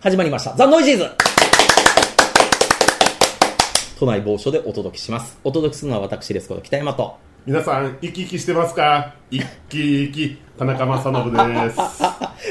始まりましたザ・ノイジーズ。都内某所でお届けします。お届けするのは私ですこと北山と。 皆さん生き生きしてますか？生き生き田中正信です。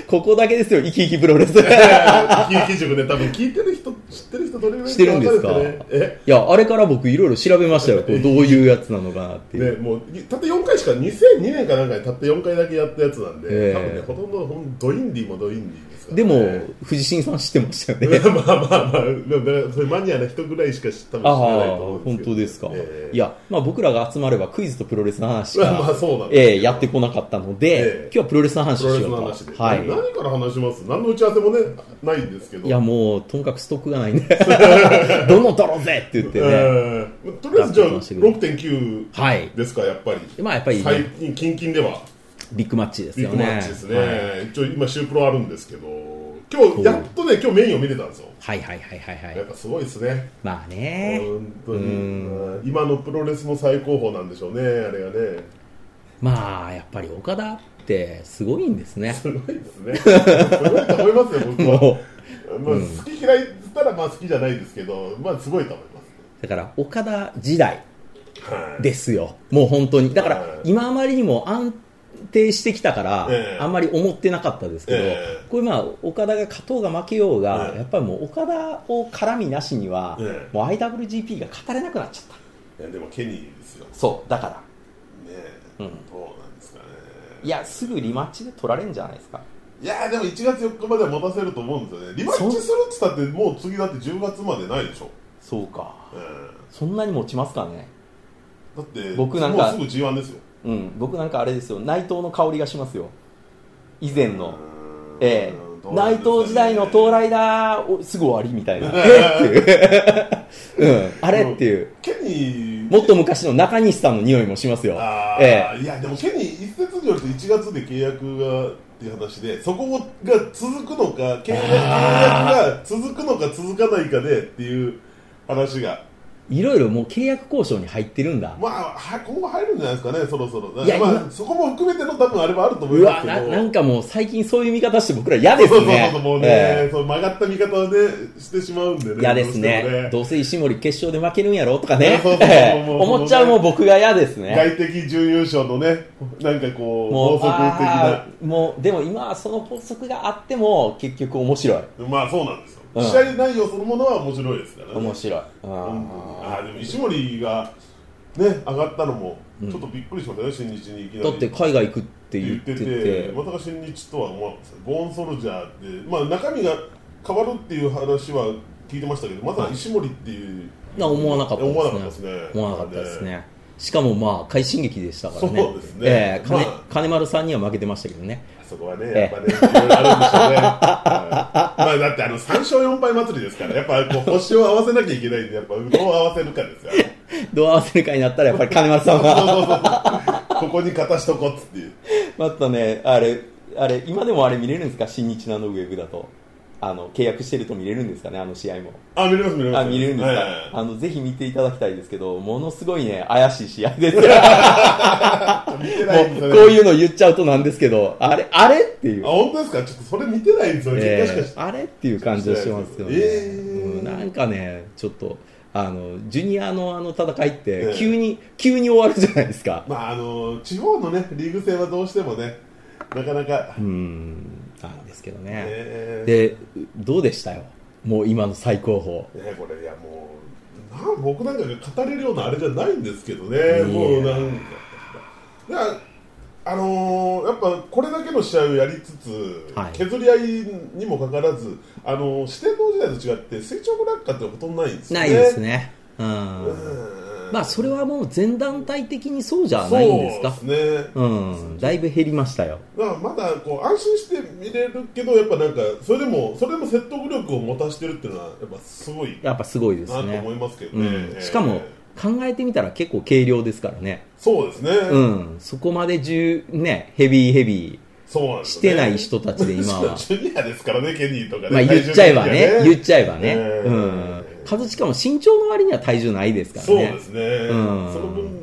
ここだけですよ、生き生きプロレス。 生き生き塾ね、多分聞いてる人知ってる人どれぐらい知ってるんですか？いや、あれから僕いろいろ調べましたよ。こうどういうやつなのかなっていう。 ね、もうたった4回しか2002年かなんかにたった4回だけやったやつなんで、多分ねほとんどドインディもドインディですから、ね。 でも藤新さん知ってましたよね。 まあそういうマニアな人ぐらいしか多分知らないと思うんですけど。 本当ですか。いや、まあ僕らが集まればクイズとプロレスの話しか、 まあそうなんですやってこなかったので、今日はプロレスの話をしようと。 はい。何から話します？何の打ち合わせもねないんですけど。 いやもうとにかくストックがないんで、どの取ろうぜって言ってね。 とりあえずじゃあ 6.9 ですか、やっぱり。 まあやっぱり、ね、 最近近々ではビッグマッチですよね。 ビッグマッチですね。はい、一応今シュープロあるんですけど、今日やっとね今日メインを見れたんですよ。 はい。やっぱすごいですね。 まあね。 本当に今のプロレスの最高峰なんでしょうね、あれがね。 まあやっぱり岡田ってすごいんですね。 すごいですね。すごいと思いますよ僕は。まあ、好き嫌いって言ったらまあ好きじゃないですけど、まあすごいと思います。 だから岡田時代ですよ。もう本当に。だから今あまりにも安定してきたから、あんまり思ってなかったですけど、これまあ岡田が勝とうが負けようが、やっぱりもう岡田を絡みなしには、もう IWGP が語れなくなっちゃった。 いやでもケニーですよ。 そうだから。 ねえ、どうなんですかね。 いやすぐリマッチで取られるんじゃないですか。 いやでも1月4日までは持たせると思うんですよね。リマッチするって言ったってもう次だって10月までないでしょ。 そうか、そんなに持ちますかね。 だって僕なんかもうすぐ G1 ですよ。 僕なんかあれですよ、内藤の香りがしますよ、以前の。内藤時代の到来だすぐ終わりみたいなっていう、あれっていう。 ケニーもっと昔の中西さんの匂いもしますよ。いやでもケニー一説によると1月で契約がっていう話で、そこが続くのか契約が続くのか続かないかでっていう話がいろいろもう契約交渉に入ってるんだ。 まあ今後入るんじゃないですかね、そろそろ。いや、まあ、そこも含めての多分あれはあると思いますけど。 なんかもう最近そういう見方して僕ら嫌ですね。 そうもうね、そう曲がった見方をねしてしまうんでね。 嫌ですね。どうせ石森決勝で負けるんやろとかね。思っちゃうもう僕が嫌ですね。 外的準優勝のね、なんかこう法則的な。 もうでも今はその法則があっても結局面白い。 まあそうなんですよ。試合内容そのものは面白いですからね。 面白い。 でも石森がね上がったのもちょっとびっくりしましたね、新日にいきなり。 だって海外行くって言ってて、 まさか新日とは思わなかったです。ボーンソルジャーで、まあ中身が変わるっていう話は聞いてましたけど、まさか石森っていう思わなかったですね。 思わなかったですね。 思わなかったですね。しかもまあ快進撃でしたからね。 そうですね。 金丸さんには負けてましたけどね。 そこはね、やっぱね、いろいろあるんでしょうね。まあだって3勝4敗祭りですから、やっぱこう星を合わせなきゃいけないんで、やっぱどう合わせるかですよね。 どう合わせるかになったらやっぱり金丸さんはここに勝たしとこうっつっていう。 またね、あれ今でもあれ見れるんですか、新日のウェブだと。契約してると見れるんですかね、あの試合も。 見れます。見れるんですか。ぜひ見ていただきたいですけど、ものすごいね怪しい試合ですよ。もうこういうの言っちゃうとなんですけど、あれっていう。 本当ですか。ちょっとそれ見てないんですよね。 あれっていう感じがしますよね。なんかね、ちょっとジュニアの戦いって急に終わるじゃないですか。 まあ地方のねリーグ戦はどうしてもねなかなかなんですけどね。でどうでしたよ、もう今の最高峰。 これいやもう僕なんかが語れるようなあれじゃないんですけどね。もうなんかやっぱこれだけの試合をやりつつ、削り合いにもかかわらず四天王時代と違って垂直落下ってほとんどないんですよね。 ないですね。まあそれはもう全団体的にそうじゃないんですか。 そうですね。だいぶ減りましたよ。 だからまだこう安心して見れるけど、やっぱなんかそれでも説得力を持たせてるっていうのはやっぱすごいですね。 なと思いますけどね。 しかも考えてみたら結構軽量ですからね。 そうですね。 そこまでねヘビーしてない人たちで今はジュニアですからね、ケニーとかね。 まあ言っちゃえばね。カズチカも身長の割には体重ないですからね。 そうですね。その分まあ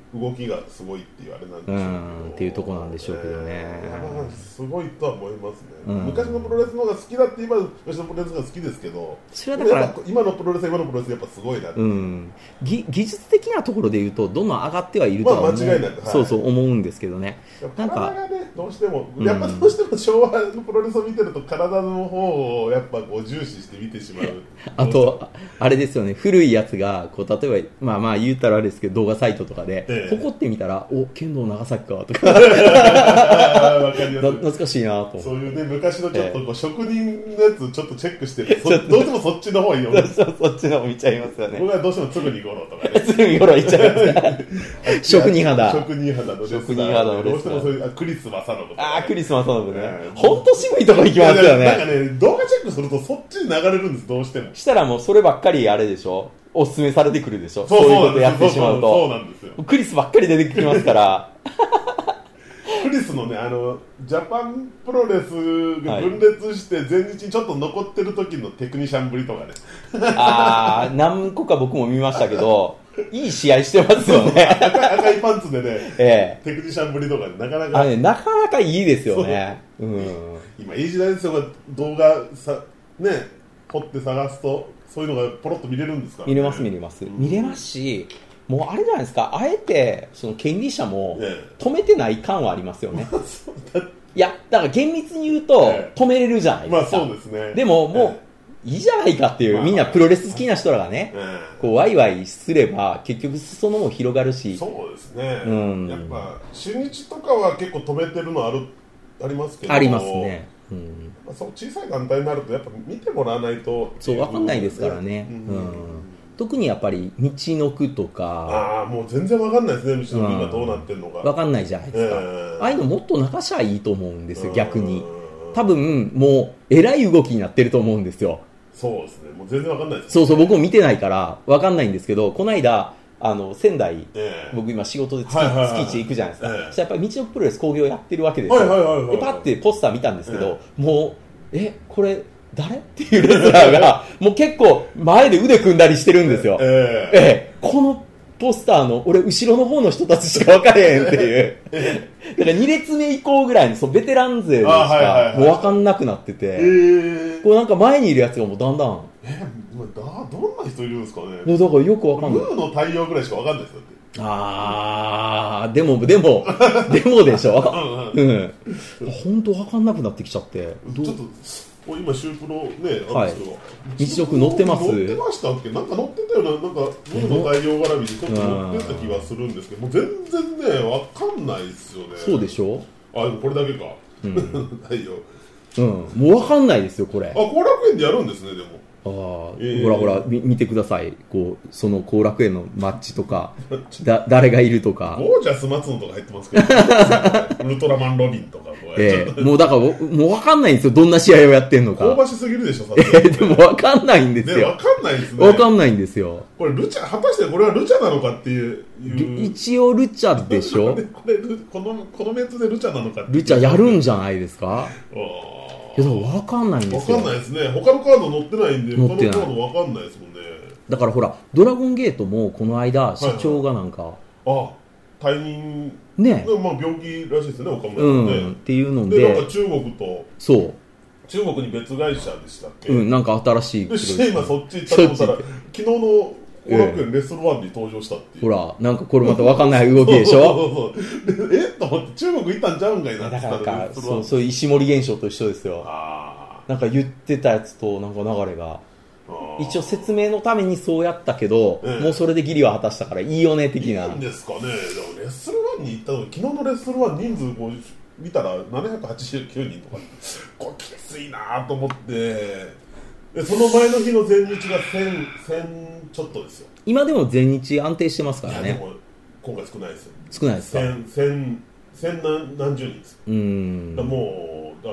動きがすごいっていうあれなんでしょうけど、 っていうとこなんでしょうけどね、 すごいとは思いますね、昔のプロレスの方が好きだって言えば昔のプロレスが好きですけど、 それはだから今のプロレスは今のプロレスやっぱすごいなって、 技術的なところで言うとどんどん上がってはいるとは思う、 間違いなく、 そうそう思うんですけどね、 なんか体がねどうしても、やっぱどうしても昭和のプロレスを見てると体の方をやっぱこう重視して見てしまうあとあれですよね、古いやつがこう例えばまあ言ったらあれですけど動画サイトとかで、誇ってみたらお剣道長崎かとかわかりやすい懐かしいなと、 そういうね昔のちょっとこう職人のやつちょっとチェックしてどうしてもそっちの方に読む、 そっちの方見ちゃいますよね。 僕はどうしても鶴見五郎とかね鶴見五郎いっちゃいます職人肌のレスどうしてもそういうクリス正信とか、 クリス正信ね、本当渋いとこ行きますよね。 なんかね動画チェックするとそっちに流れるんです、どうしても。 したらもうそればっかりあれでしょ、おすすめされてくるでしょ、そういうことやってしまうと、 そうなんですよ、 クリスばっかり出てきますからクリスのねジャパンプロレスが分裂して前日にちょっと残ってる時のテクニシャンぶりとかね何個か僕も見ましたけどいい試合してますよね赤いパンツでね、テクニシャンぶりとかねなかなかなかなかいいですよね、 今いい時代ですよ、動画ね掘って探すとそういうのがポロッと見れるんですから、ね、見れますし、もうあれじゃないですか、あえてその権利者も止めてない感はありますよね、いやだから厳密に言うと止めれるじゃないですか、 そうですね、 でももういいじゃないかっていう、みんなプロレス好きな人らがね、こうワイワイすれば結局裾野も広がるし、 そうですね、やっぱ新日とかは結構止めてるのありますけど、 ありますね、 そう小さい団体になるとやっぱ見てもらわないとそう分かんないですからね、特にやっぱり道の区とかもう全然分かんないですね、道の区がどうなってるのか分かんないじゃないですか、ああいうのもっと流しゃいいと思うんですよ、逆に多分もうえらい動きになってると思うんですよ。 そうですね、もう全然分かんないです、 そう僕も見てないから分かんないんですけど、この間仙台、僕今仕事で月1行くじゃないですか、そしたらやっぱり道のプロレス興行やってるわけですよ、でパッてポスター見たんですけど、もうこれ誰っていうレスラーがもう結構前で腕組んだりしてるんですよ、このポスターの俺後ろの方の人たちしか分からへんっていうだから2列目以降ぐらいのベテラン勢しかもう分かんなくなってて、こうなんか前にいるやつがもうだんだんどんな人いるんですかね、 だからよく分かんない、 ムーの対応ぐらいしか分かんないですよってでもでしょ本当分かんなくなってきちゃって、 ちょっと今シュープロねあるんですけど、 道の区乗ってます？ 乗ってましたっけ？なんか乗ってたような、なんかムーの対応絡みでちょっと乗ってた気がするんですけど、もう全然ね分かんないですよね。 そうでしょ？ でもこれだけか。ないよ。 もう分かんないですよこれ。 後楽園でやるんですね、でも。 ほら見てください、こうその後楽園のマッチとか誰がいるとか、 ゴージャス松野とか入ってますけどウルトラマンロビンとかもうだからもう分かんないんですよ、どんな試合をやってんのか。 香ばしすぎるでしょ、 でも分かんないんですよ、 分かんないですね、 分かんないんですよ。 これルチャ、果たしてこれはルチャなのかっていう一応ルチャでしょこのメンツでルチャなのかってルチャやるんじゃないですか。けど分かんないんですよ。 分かんないですね、他のカード載ってないんで、他のカード分かんないですもんね。 だからほらドラゴンゲートもこの間社長がなんか、 退任ね、 病気らしいですね、岡村さんね、 っていうので、 なんか中国と中国に別会社でしたっけ、 なんか新しいで今そっち行ったと思ったら昨日の後楽園レストランに登場したっていう、 ほらなんかこれまた分かんない動きでしょと思って中国行ったんちゃうんかいなって言ったら、 そういう石森現象と一緒ですよ。なんか言ってたやつとなんか流れが一応説明のためにそうやったけど、もうそれで義理は果たしたからいいよね的な。いいんですかね。でもレッスル1に行った時、昨日のレッスル1人数こう見たら789人とか、これきついなと思って、でその前の日の前日が1000ちょっとですよ。今でも前日安定してますからね。でも今回少ないですよ。少ないですか。千何十人です。だもう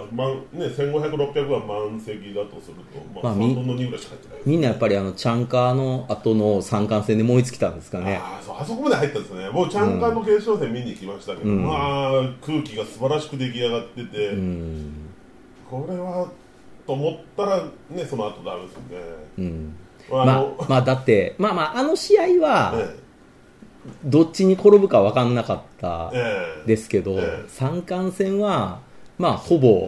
1500、600は満席だとすると、3分の2ぐらいしか入ってない。みんなやっぱりチャンカーの後の三冠戦で燃え尽きたんですかね。あそこまで入ったんですね。もうチャンカーの決勝戦見に行きましたけど、空気が素晴らしく出来上がってて、これはと思ったらね、その後ダメですよね。だってあの試合は、 どっちに転ぶか分かんなかったですけど、三冠戦はまあほぼ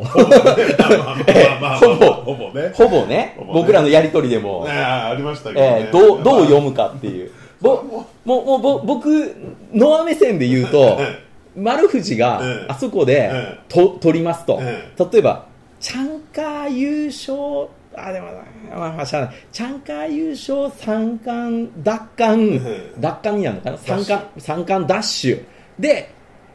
僕らのやり取りでも、 ありましたけどね、 どう読むかっていう僕ノア目線で言うと丸藤があそこで取りますと、例えばチャンカー優勝でもまあしゃあない、チャンカー優勝三冠奪還になるのかな、三冠ダッシュで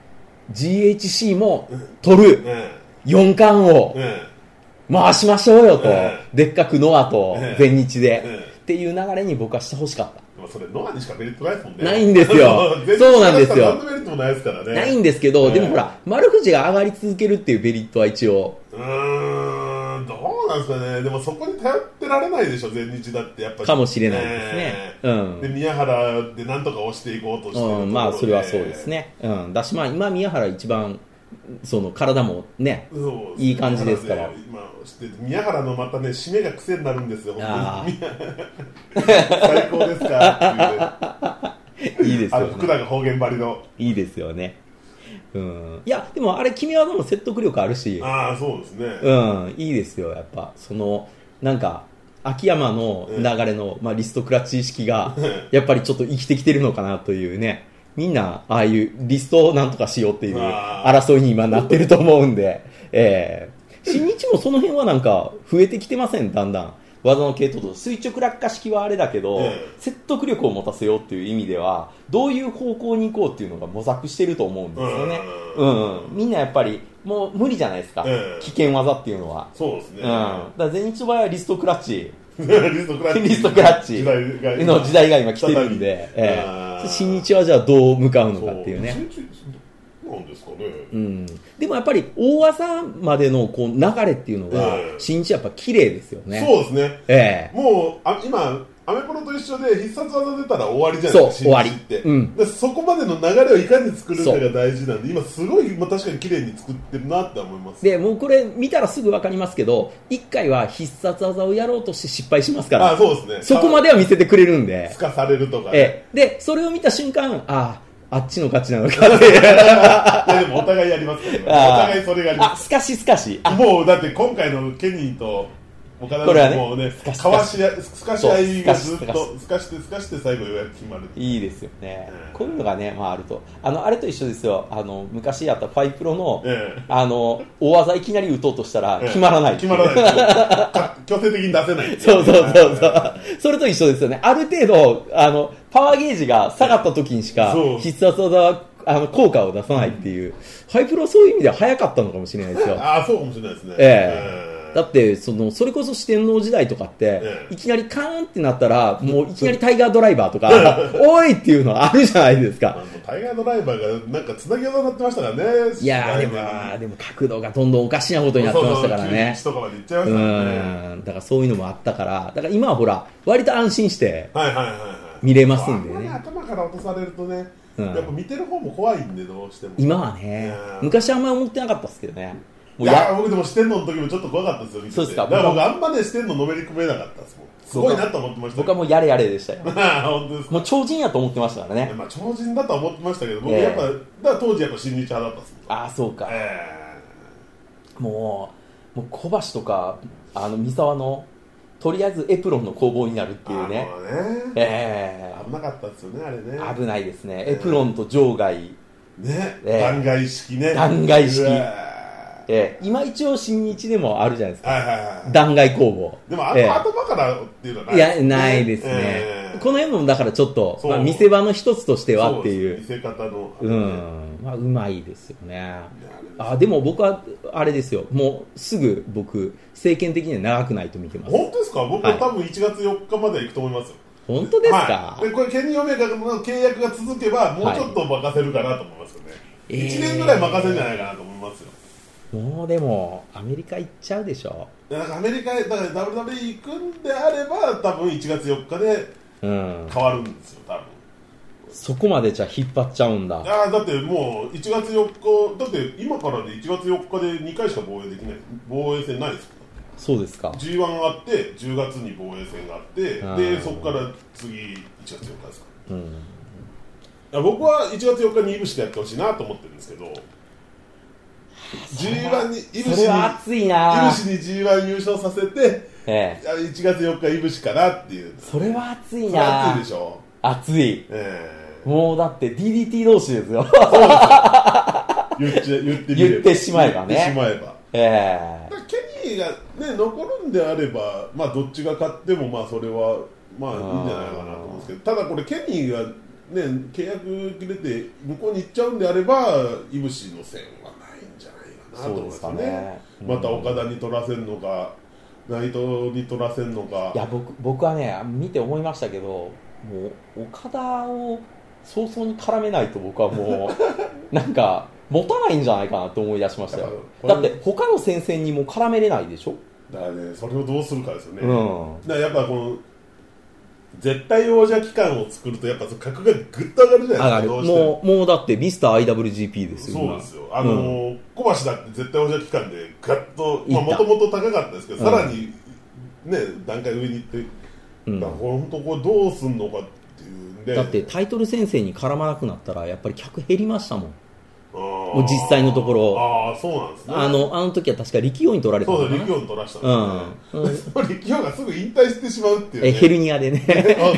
GHC も取る、4冠を回しましょうよと、でっかくノアと全日で、っていう流れに僕はしてほしかった。 でもそれノアにしかメリットないですもんね。 ないんですよそうなんですよ。 何のメリットもないですからね。 ないんですけど、でもほら丸藤が上がり続けるっていうメリットは一応どうなんですかね。でもそこに頼ってられないでしょ、全日だってやっぱりかもしれないですね、 で宮原でなんとか押していこうとしてるところで、 まあそれはそうですね、だしまあ今宮原一番その体もねいい感じですから、 宮原のまたね締めが癖になるんですよ本当に最高ですかっていういいですよね、福永方言張りのいいですよね。いやでもあれ君はでも説得力あるし、 そうですね、 いいですよ。やっぱそのなんか秋山の流れの、リストクラッチ意識がやっぱりちょっと生きてきてるのかなというね、みんなああいうリストをなんとかしようっていう争いに今なってると思うんで、新日もその辺はなんか増えてきてません？だんだん技の系統と垂直落下式はあれだけど、説得力を持たせようっていう意味ではどういう方向に行こうっていうのが模索してると思うんですよね。みんなやっぱりもう無理じゃないですか、危険技っていうのは。 そうですね、 だから全日の場合はリストクラッチリストクラッチの時代が今来てるんで、新日はじゃあどう向かうのかっていうね。 なんですかね、 でもやっぱり大技までのこう流れっていうのが新日やっぱ綺麗ですよね。 そうですね、もう今アメプロと一緒で必殺技出たら終わりじゃないですか、新日って、でそこまでの流れをいかに作るかが大事なんで、今すごい、確かに綺麗に作ってるなって思います。 でもうこれ見たらすぐ分かりますけど、1回は必殺技をやろうとして失敗しますから、 そうですね、 そこまでは見せてくれるんで、 すかされるとか、ね、 でそれを見た瞬間、あっちの勝ちなのかってでもお互いやりますから、お互いそれがあります。 すかしもうだって今回のケニーと岡田のもうね、すかし合いがずっとすかして最後ようやく決まる。 いいですよね、こういうのがね、あるとあれと一緒ですよ。昔やったファイプロの、大技いきなり打とうとしたら決まらない、 強制的に出せないそうそれと一緒ですよね。ある程度パワーゲージが下がった時にしか必殺技は効果を出さないっていう、ファイプロはそういう意味では早かったのかもしれないですよ。 そうかもしれないですね、 だってそれこそ四天王時代とかって、いきなりカーンってなったらもういきなりタイガードライバーとかおいっていうのあるじゃないですか。 タイガードライバーがなんかつなぎ技になってましたからね。 いやでも角度がどんどんおかしなことになってましたからね。 とかまでいっちゃいましたね。 だからそういうのもあったから、だから今はほら割と安心して見れますんでね。 頭から落とされるとね、やっぱ見てる方も怖いんで、どうしても今はね、昔はあんまり思ってなかったですけどね。 僕でも四天王の時もちょっと怖かったですよ。 そうですか。 だから僕あんまね四天王のめり込めなかったです。すごいなと思ってました。 僕はもうやれやれでしたよ。 本当ですか。 もう超人やと思ってましたからね。 超人だと思ってましたけど、僕やっぱだから当時やっぱ新日派だったです。 そうか。もう小橋とか三沢のとりあえずエプロンの攻防になるっていうね。 危なかったですよね、あれね。 危ないですね。エプロンと場外ね、弾劾式ね。 弾劾式。今一応新日でもあるじゃないですか、弾劾攻防。 でも頭からっていうのはないですね。 ないですね、この辺もだからちょっと、見せ場の一つとしてはっていう、 見せ方のうまいですよね。でも僕はあれですよ、もうすぐ僕政権的には長くないと見てます。 本当ですか。僕は多分1月4日まで行くと思いますよ。 本当ですか。 これケニー・オメガの契約が続けばもうちょっと任せるかなと思いますよね。1年ぐらい任せるんじゃないかなと思いますよ。 もうでもアメリカ行っちゃうでしょ。 アメリカだから WWE 行くんであれば多分1月4日で変わるんですよ、多分。 そこまでじゃ引っ張っちゃうんだ。 だってもう1月4日だって今からで1月4日で2回しか防衛できない、防衛戦ないですか。 そうですか。 G1 あって10月に防衛戦があって、でそこから次1月4日ですか。 僕は1月4日にいぶしでやってほしいなと思ってるんですけど、G1 にいぶしに G1 優勝させて、1月4日いぶしかなっていう。 それは熱いな。 それは熱いでしょ。 熱い、もうだって DDT 同士ですよ。 言ってしまえばね。 ケニーが、ね、残るんであれば、まあ、どっちが勝ってもまあそれはまあいいんじゃないかなと思うんですけど、ただこれケニーが、ね、契約切れて向こうに行っちゃうんであればいぶしの線はないんじゃないかなと思いますね。また岡田に取らせるのか内藤に取らせるのか。 いや僕はね見て思いましたけど、もう岡田を早々に絡めないと僕はもうなんか持たないんじゃないかなと思い出しましたよ。だって他の戦線にも絡めれないでしょ。 だからね、それをどうするかですよね。だからやっぱこの絶対王者期間を作るとやっぱ格がぐっと上がるじゃないですか。 もうだってミスター IWGP ですよ。 そうですよ。小橋だって絶対王者期間でガッと、もともと高かったですけど、さらにね段階上に行って、本当これどうすんのかっていうんで。 だってタイトル戦線に絡まなくなったらやっぱり客減りましたもん。もう実際のところ。 ああ、そうなんですね。 あの時は確か力王に取られたのかな。 そうだ、力王に取らしたんですね。力王がすぐ引退してしまうっていうね。 ヘルニアでね。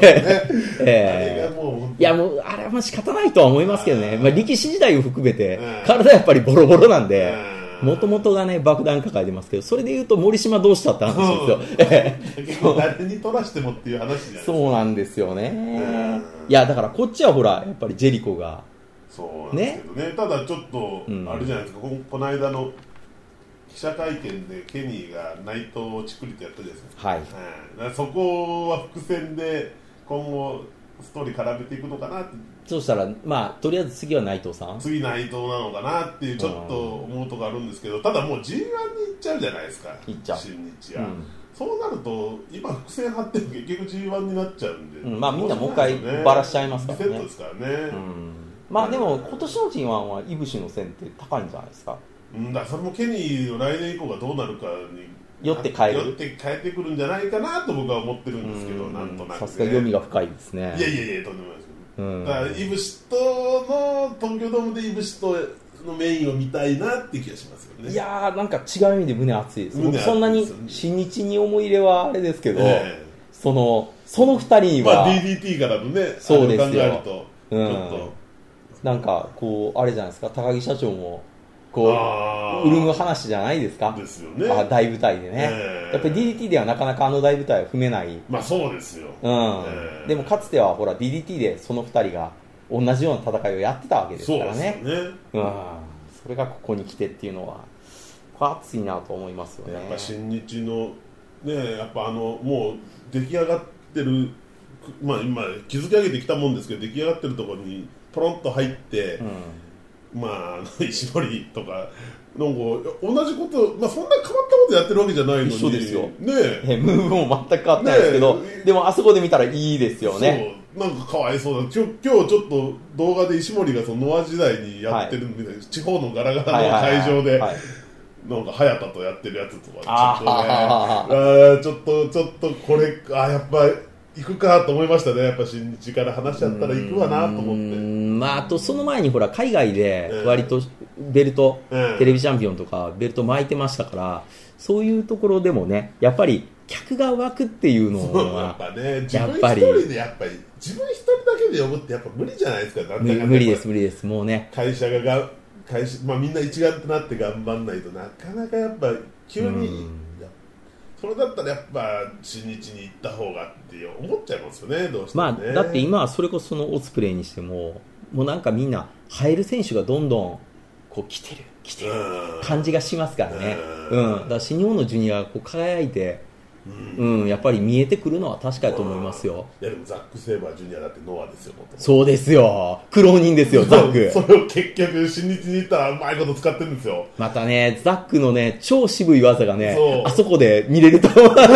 いやもうあれは仕方ないとは思いますけどね。まあ力士時代を含めて体やっぱりボロボロなんで、もともとがね爆弾抱えてますけど、それでいうと森島どうしたって話ですよ。 誰に取らしてもっていう話じゃないですか。 そうなんですよね。いやだからこっちはほらやっぱりジェリコが。 そうなんですけどね、ただちょっと、あれじゃないですか、この間の記者会見でケニーが内藤をチクリとやったじゃないですか、だからそこは伏線で今後ストーリー絡めていくのかなって。 そうしたら、まあ、とりあえず次は内藤さん、 次内藤なのかなっていうちょっと思うとこあるんですけど、ただもう G1 に行っちゃうじゃないですか、新日は。そうなると今伏線張っても結局 G1 になっちゃうんで、 まあみんなもう一回バラしちゃいますからね。 リセットですからね。 まあでも今年の G1 はいぶしの線って高いんじゃないですか。 だそれもケニーの来年以降がどうなるかによって変えてくるんじゃないかなと僕は思ってるんですけど、なんとなく、ね、 さすが読みが深いですね。 いやとんでもないですけど、だからいぶしとの東京ドームでいぶしとのメインを見たいなって気がしますよね。 いやーなんか違う意味で胸熱いです。僕そんなに新日に思い入れはあれですけど、その2人には、 まあ、DDT からのね、 そうですよ、 考えるとちょっとなんかこうあれじゃないですか、高木社長もこう潤む話じゃないですか。 ですよね。 大舞台でね、やっぱり DDT ではなかなかあの大舞台を踏めない。 まあそうですよ。 でもかつてはほら DDT でその2人が同じような戦いをやってたわけですからね。 そうですよね。 それがここに来てっていうのはこれ熱いなと思いますよね。 やっぱ新日のね、やっぱもう出来上がってる、まあ今築き上げてきたもんですけど、出来上がってるところにポロンと入って、まあ石森とかなんか同じこと、まあそんな変わったことやってるわけじゃないのに一緒ですよ。 ね、 ムーブも全く変わってないですけど、でもあそこで見たらいいですよね。 そうなんかかわいそうだ。今日ちょっと動画で石森がそのノア時代にやってるみたいな、地方のガラガラの会場で。なんか早田とやってるやつとかちょっとこれやっぱ行くかと思いましたね。やっぱ新日から話しちゃったら行くわなと思って。 まああとその前にほら海外で割とベルト、テレビチャンピオンとかベルト巻いてましたから、そういうところでもねやっぱり客が湧くっていうのはやっぱね、自分一人でやっぱり自分一人だけで呼ぶってやっぱ無理じゃないですか。 無理ですもうね。 会社まあ、みんな一丸となって頑張んないとなかなかやっぱ急に、それだったらやっぱ新日に行った方がって思っちゃいますよね、どうしてもね。 まあ、だって今はそれこそオスプレイにしてもうなんかみんな入る選手がどんどんこう来てる感じがしますからね。だから新日本のジュニアがこう輝いてやっぱり見えてくるのは確かだと思いますよ。 いやでもザック・セイバージュニアだってノアですよ。 そうですよ、苦労人ですよザック。 それを結局新日に行ったらうまいこと使ってるんですよ。 またねザックのね超渋い技がねあそこで見れると思う。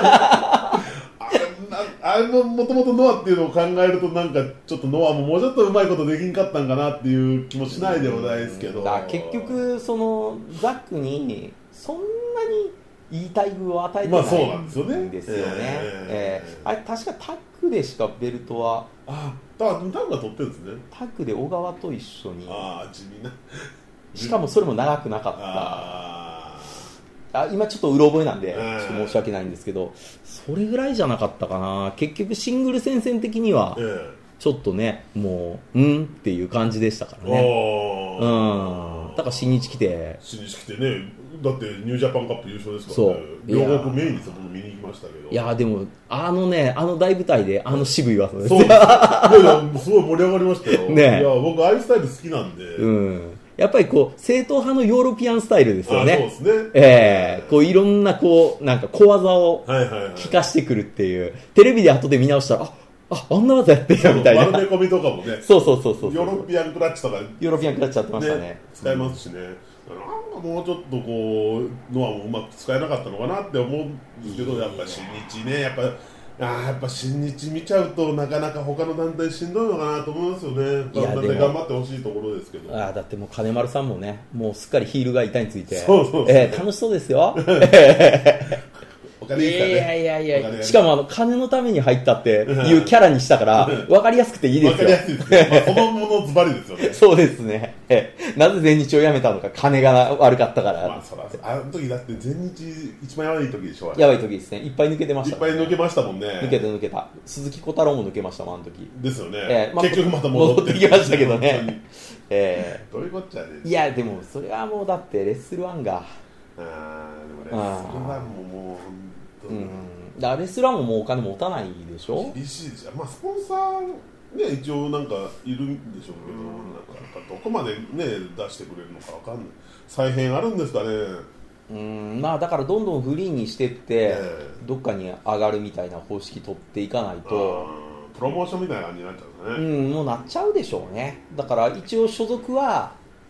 あれももともとノアっていうのを考えるとなんかちょっとノアももうちょっとうまいことできんかったんかなっていう気もしないでもないですけど、 結局そのザックにそんなにいい待遇を与えてないそうなんですよね。 あれ確かタッグでしかベルトはタッグが取ってるんですね。 タッグで小川と一緒に地味なしかもそれも長くなかった今ちょっとうろ覚えなんでちょっと申し訳ないんですけどそれぐらいじゃなかったかな。結局シングル戦線的にはちょっとねもうっていう感じでしたからね。だから新日来てね、だってニュージャパンカップ優勝ですからね。両国メインに僕見に行きましたけど。 いやでもあの大舞台で渋い噂です。 そうすごい盛り上がりましたよ。ね、いや僕ああいうスタイル好きなんで。 やっぱりこう正統派のヨーロピアンスタイルですよね。 そうですね。 こういろんななんか小技を聞かしてくるっていう、テレビで後で見直したらあんな技やってるみたいな。 丸め込みとかもね。 そう。 ヨーロピアンクラッチとか。 ヨーロピアンクラッチやってましたね。 使えますしね。なんかもうちょっとこうノアもうまく使えなかったのかなって思うんですけど、やっぱ新日ね、やっぱ新日見ちゃうとなかなか他の団体しんどいのかなと思いますよね。頑張ってほしいところですけど。 だってもう金丸さんもね、もうすっかりヒールが板について、 そう楽しそうですよ。 お金いいからね。 いやしかも金のために入ったっていうキャラにしたから分かりやすくていいですよ。 分かりやすいですね。そのものズバリですよね。 そうですね。なぜ全日を辞めたのか、金が悪かったから。 あの時だって全日一番やばい時でしょ。 やばい時ですね。いっぱい抜けてました。 いっぱい抜けましたもんね。 抜けた。鈴木小太郎も抜けましたもんあの時。 ですよね。結局また戻ってきましたけどね。 どういうこっちゃね。 いやでもそれはもうだってレッスル1が。 でもレッスル1ももう。 だからレスラーももうお金持たないでしょ。 厳しいですよ。スポンサーね一応なんかいるんでしょうけど、なんかどこまでね出してくれるのかわかんない。再編あるんですかね。 だからどんどんフリーにしてって、どっかに上がるみたいな方式取っていかないとプロモーションみたいな感じになっちゃうんですね。 もうなっちゃうでしょうね。だから一応所属は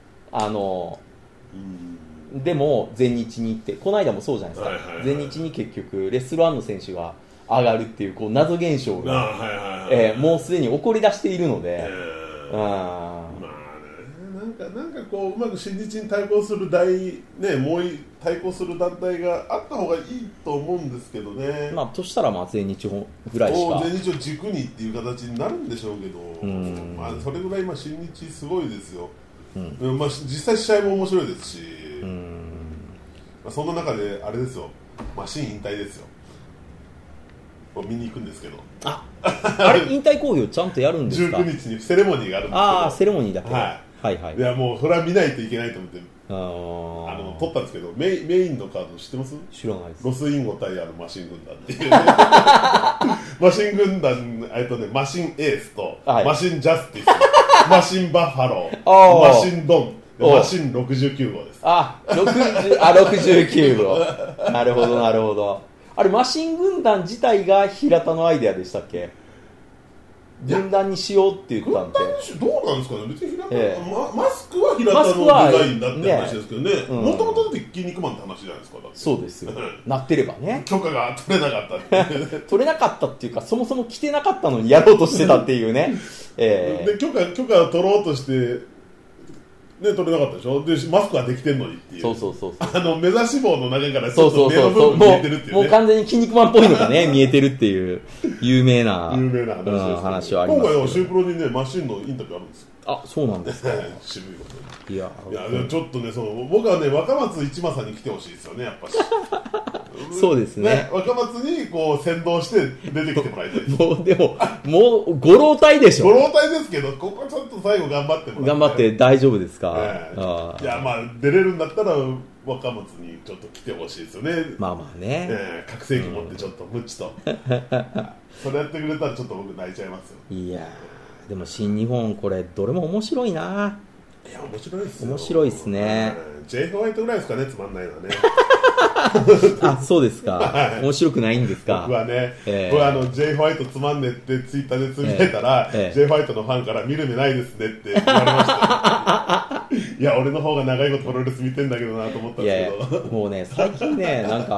でも全日に行ってこの間もそうじゃないですか、全日に結局レッスル1の選手が上がるっていう、謎現象がもうすでに起こり出しているので、 なんかこううまく新日に対抗するもう対抗する団体があった方がいいと思うんですけどね。 としたら全日ぐらいしか全日を軸にっていう形になるんでしょうけど、それぐらい新日すごいですよ。実際試合も面白いですし、そんな中であれですよ、マシン引退ですよ。見に行くんですけど。 あれ引退興行ちゃんとやるんですか。 19日にセレモニーがあるんですけど。 セレモニーだけ。 いやもうそれは見ないといけないと思って撮ったんですけど、メインのカード知ってます？ 知らないです。 ロスインゴ対マシン軍団っていうマシン軍団マシンエースと、マシンジャスティスマシンバッファロー、マシンドン、マシン69号です。 69号。なるほど。あれマシン軍団自体が平田のアイデアでしたっけ？軍団にしようって言ったんで。 どうなんですかね。別に平田、マスクは平田のデザインだって話ですけどね。もともとだって筋肉マンって話じゃないですか。 そうですよ。なってればね。 許可が取れなかったって。 取れなかったっていうか、そもそも着てなかったのにやろうとしてたっていうね。 で許可を取ろうとして取れなかったでしょ。でマスクはできてんのにっていう。 そう目指し棒の中からちょっと目の部分見えてるっていうね。 もう完全に筋肉マンっぽいのがね見えてるっていう有名な話です。 話はありますけど。 今回シュープロにマシンのインタビューあるんですよ。 そうなんですか。 渋いことに。いやちょっとね僕は若松一馬さんに来てほしいですよね、やっぱし。 そうですね。 若松にこう先導して出てきてもらいたいです。 もうご老体でしょ。 ご老体ですけど、ここちょっと最後頑張ってもらって。 頑張って大丈夫ですか。 いや出れるんだったら若松にちょっと来てほしいですよね。 ね。 拡声器持ってちょっとムチと。それやってくれたらちょっと僕泣いちゃいますよ。 いやでも新日本これどれも面白いな。 いや面白いですよ。 面白いですね。 J ホワイトぐらいですかね、つまんないのはね。 そうですか。面白くないんですか。 僕はね、J ホワイトつまんねってツイッターでつぶやいたら、J ホワイトのファンから見る目ないですねって言われました。いや俺の方が長いことプロレス見てんだけどなと思ったんですけど。 もうね最近ねなんか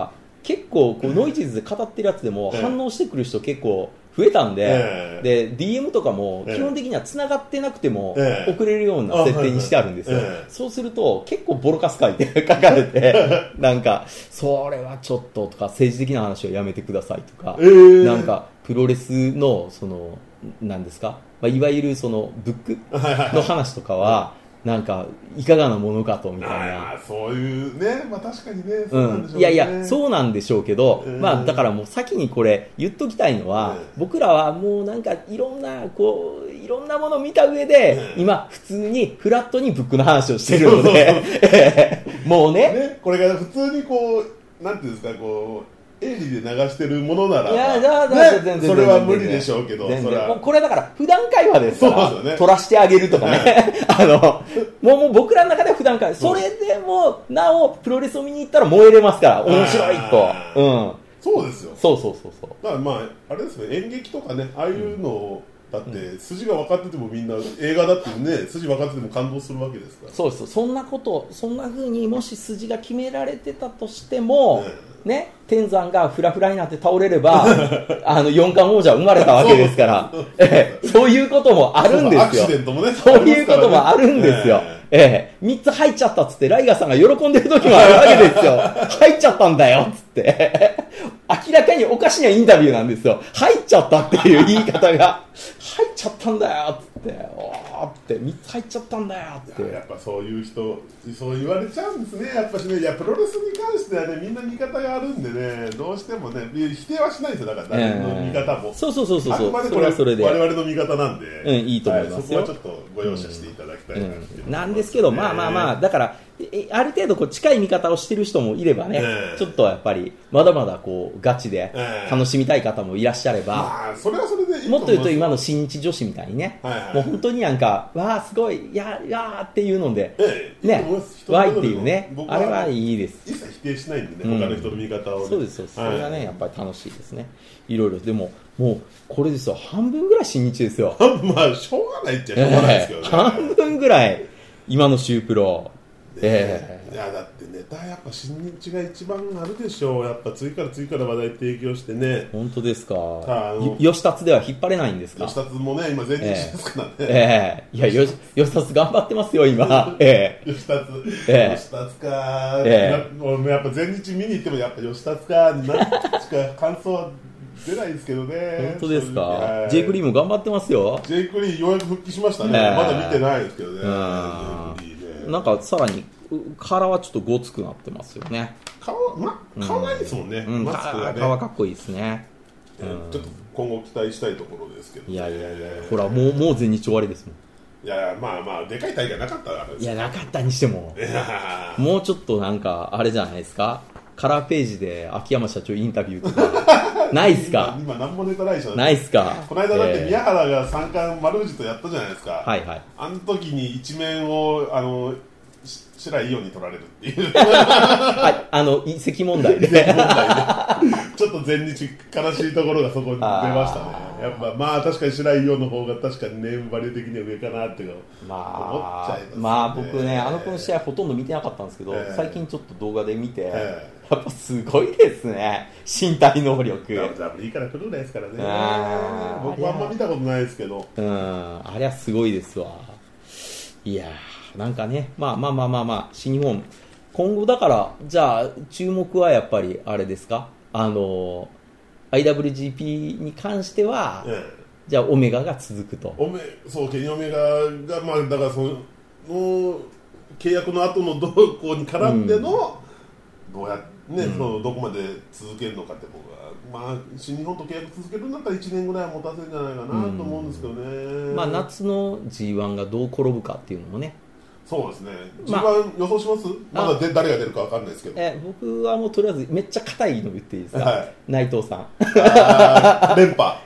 結構こうノイジーズで語ってるやつでも反応してくる人結構増えたんで、で DM とかも基本的には繋がってなくても送れるような設定にしてあるんですよ。そうすると結構ボロカス書いて書かれてなんかそれはちょっととか政治的な話はやめてくださいとか、なんかプロレスのその何ですか、いわゆるそのブックの話とかはなんかいかがなものかとみたいな、 そういうね、確かにね、そうなんでしょうね。 いやいやそうなんでしょうけど、だからもう先にこれ言っときたいのは、僕らはもうなんかいろんなものを見た上で、今普通にフラットにブックの話をしてるのでもうね、 これが普通にこうなんていうんですか、こう鋭利で流してるものなら、 いや全然それは無理でしょうけど、 もうこれだから普段会話ですから、 そうですよね、 取らしてあげるとかねもう僕らの中では普段会話、それでもなおプロレスを見に行ったら燃えれますから、面白いと。 そうですよ。 そうだからあれですね、演劇とかね、ああいうのをだって筋が分かっててもみんな映画だってね、筋分かってても感動するわけですから。 そうです。そんな風にもし筋が決められてたとしても、ね、天山がフラフラになって倒れれば四冠王者生まれたわけですからそういうこともあるんですよ。 アクシデントもね、 そういうこともあるんですよ。3つ入っちゃったっつってライガーさんが喜んでる時もあるわけですよ。入っちゃったんだよっつって明らかにおかしなインタビューなんですよ。入っちゃったっていう言い方が入っちゃったんだよっつっておーって3つ入っちゃったんだよって、 やっぱそういう人そう言われちゃうんですね。やっぱしね、いやプロレスに関してはね、みんな見方があるんでね、どうしてもね否定はしないですよ。だから誰の見方も、 そうあくまでこれはそれで我々の見方なんで、 いいと思いますよ。 そこはちょっとご容赦していただきたいなっていう、 なんですけど、まあだからある程度こう近い見方をしてる人もいればね、ちょっとやっぱりまだまだこうガチで楽しみたい方もいらっしゃれば、 それはそれでいいと思います。 もっと言うと今の新日女子みたいにね、もう本当になんかわーすごいいやーっていうので、ね、わーいっていうね、あれはいいです。 一切否定しないんでね、他の人の見方をね。 そうです。それがねやっぱり楽しいですね。いろいろでももうこれですよ、半分ぐらい新日ですよ。 しょうがないっちゃしょうがないですけどね。 半分ぐらい今のシュープロ。 いやだってネタやっぱ新日が一番あるでしょう。やっぱ次から話題提供してね。 本当ですか。吉達では引っ張れないんですか。 吉達もね今全日ですからね。 いや吉達頑張ってますよ今。 吉達か、やっぱ全日見に行ってもやっぱ吉達か何しか感想は出ないですけどね。 本当ですか。ジェイクリーも頑張ってますよ。 ジェイクリーようやく復帰しましたね。まだ見てないですけどね。 なんかさらに殻はちょっとごつくなってますよね。 顔はいいですもんね。 顔かっこいいですね。 ちょっと今後期待したいところですけど。 いやほらもう全日終わりですもん。 いやまあでかい大会なかったからです。 いやなかったにしてももうちょっとなんかあれじゃないですか。カラーページで秋山社長インタビューとかないっすか。 今何もネタないでしょ。 ないっすか。 この間だって宮原が三冠丸藤とやったじゃないですか。あの時に一面を白井伊代に取られるっていう移籍問題でちょっと前日悲しいところがそこに出ましたね。やっぱ確かに白井伊代の方が確かにネームバリュー的には上かなって思っちゃいますね。 僕ねこの試合ほとんど見てなかったんですけど、最近ちょっと動画で見て、やっぱすごいですね、身体能力。 いいから来るないですからね。僕はあんま見たことないですけど、 あれはすごいですわ。いやなんかね、まあ新日本今後だから、じゃあ注目はやっぱりあれですか、IWGP に関しては、じゃあオメガが続くと。 そうケニーオメガがだからその契約の後の動向に絡んでの、どうやね、どこまで続けるのかって僕は新日本と契約続けるんだったら1年ぐらいは持たせるんじゃないかなと思うんですけどね。夏の G1 がどう転ぶかっていうのもね。 そうですね。G1予想します？まだ誰が出るか分かんないですけど。 僕はもうとりあえずめっちゃ硬いの言っていいですか。内藤さん。 連覇。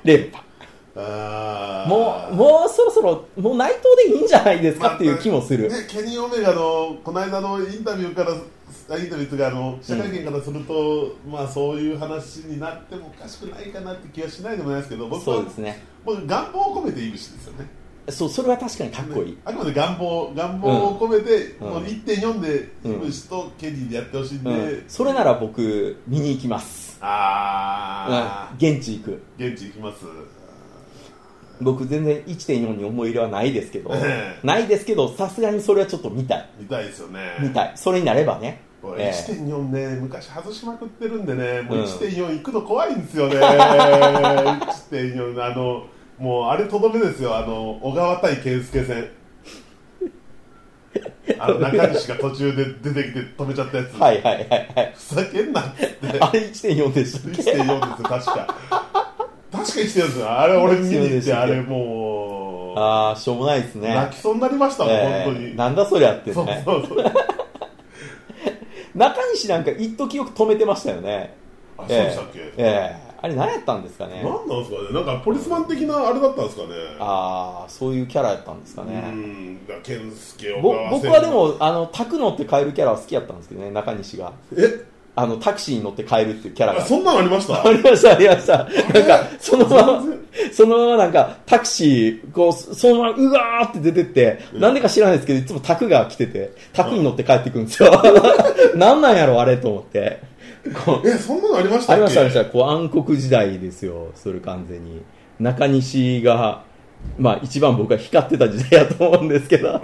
もうそろそろもう内藤でいいんじゃないですかっていう気もする。 ケニー・オメガのこの間のインタビューから記者会見からすると、そういう話になってもおかしくないかなって気はしないでもないですけど、僕はそうですね。願望を込めていいしですよね。 そう、それは確かにかっこいい。 あくまで願望を込めて、もう 1.4 でイブシとケニーでやってほしいんで、 それなら僕見に行きます。現地行く。 現地行きます。 僕全然 1.4 に思い入れはないですけど、ないですけど、さすがにそれはちょっと見たい。 見たいですよね。 見たい。それになればね。 1.4 ね、昔外しまくってるんでね、もう 1.4 行くの怖いんですよね。1.4 もうあれとどめですよ、小川対健介戦。中西が途中で出てきて止めちゃったやつ。 はいはいはいはい。 ふざけんなっつって。 あれ 1.4 でしたっけ？ 1.4 ですよ、確か。確か1.4ですよ。あれ俺見に行って、あれもう。しょうもないですね。 泣きそうになりましたもん、本当に。 なんだそりゃってね。 そう中西なんか一時よく止めてましたよね。 そうでしたっけ？ あれ何やったんですかね。 何なんですかね。なんかポリスマン的なあれだったんですかね。 そういうキャラやったんですかね。 健介を僕はでもタク乗って帰るキャラは好きやったんですけどね、中西が。タクシーに乗って帰るっていうキャラが。 そんなのありました？ ありました、ありました。なんか、そのままなんか、タクシー、そのままうわーって出てって、なんでか知らないですけど、いつもタクが来てて、タクに乗って帰ってくるんですよ。なんなんやろ、あれと思って。 そんなのありましたっけ？ ありました、ありました。暗黒時代ですよ、それ完全に。中西が、一番僕は光ってた時代やと思うんですけど。いや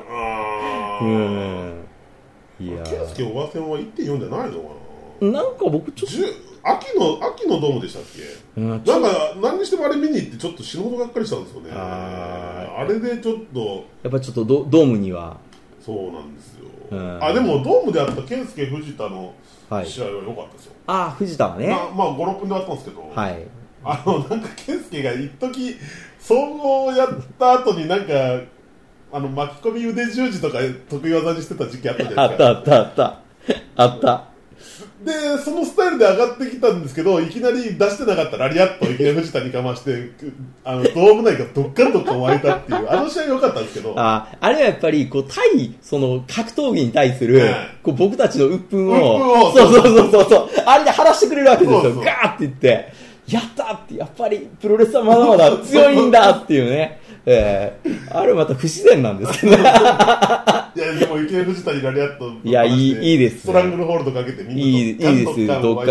健介小川戦は 1.4 じゃないのかな。 なんか僕ちょっと秋のドームでしたっけ？なんか何にしてもあれ見に行ってちょっと死ぬほどがっかりしたんですよね。あれでちょっとやっぱりちょっとドームにはそうなんですよ。でもドームであった健介藤田の試合は良かったですよ。 藤田はね。 5、6分であったんですけど、 はい。 なんか健介が一時総合をやった後になんか巻き込み腕十字とか得意技にしてた時期あったじゃないですか。 あったでそのスタイルで上がってきたんですけど、いきなり出してなかったラリアットをいきなり藤田にかましてドーム内がどっかんどっかん湧いたっていう試合良かったんですけど、 あれはやっぱり対その格闘技に対する、僕たちの鬱憤をそうあれで晴らしてくれるわけですよ。ガーって言ってやったって、やっぱりプロレスはまだまだ強いんだっていうね。あれまた不自然なんですけど。いやでもいきなり藤田にラリアット、 いやいいです、ね。 ストラングルホールドかけてみんないいです。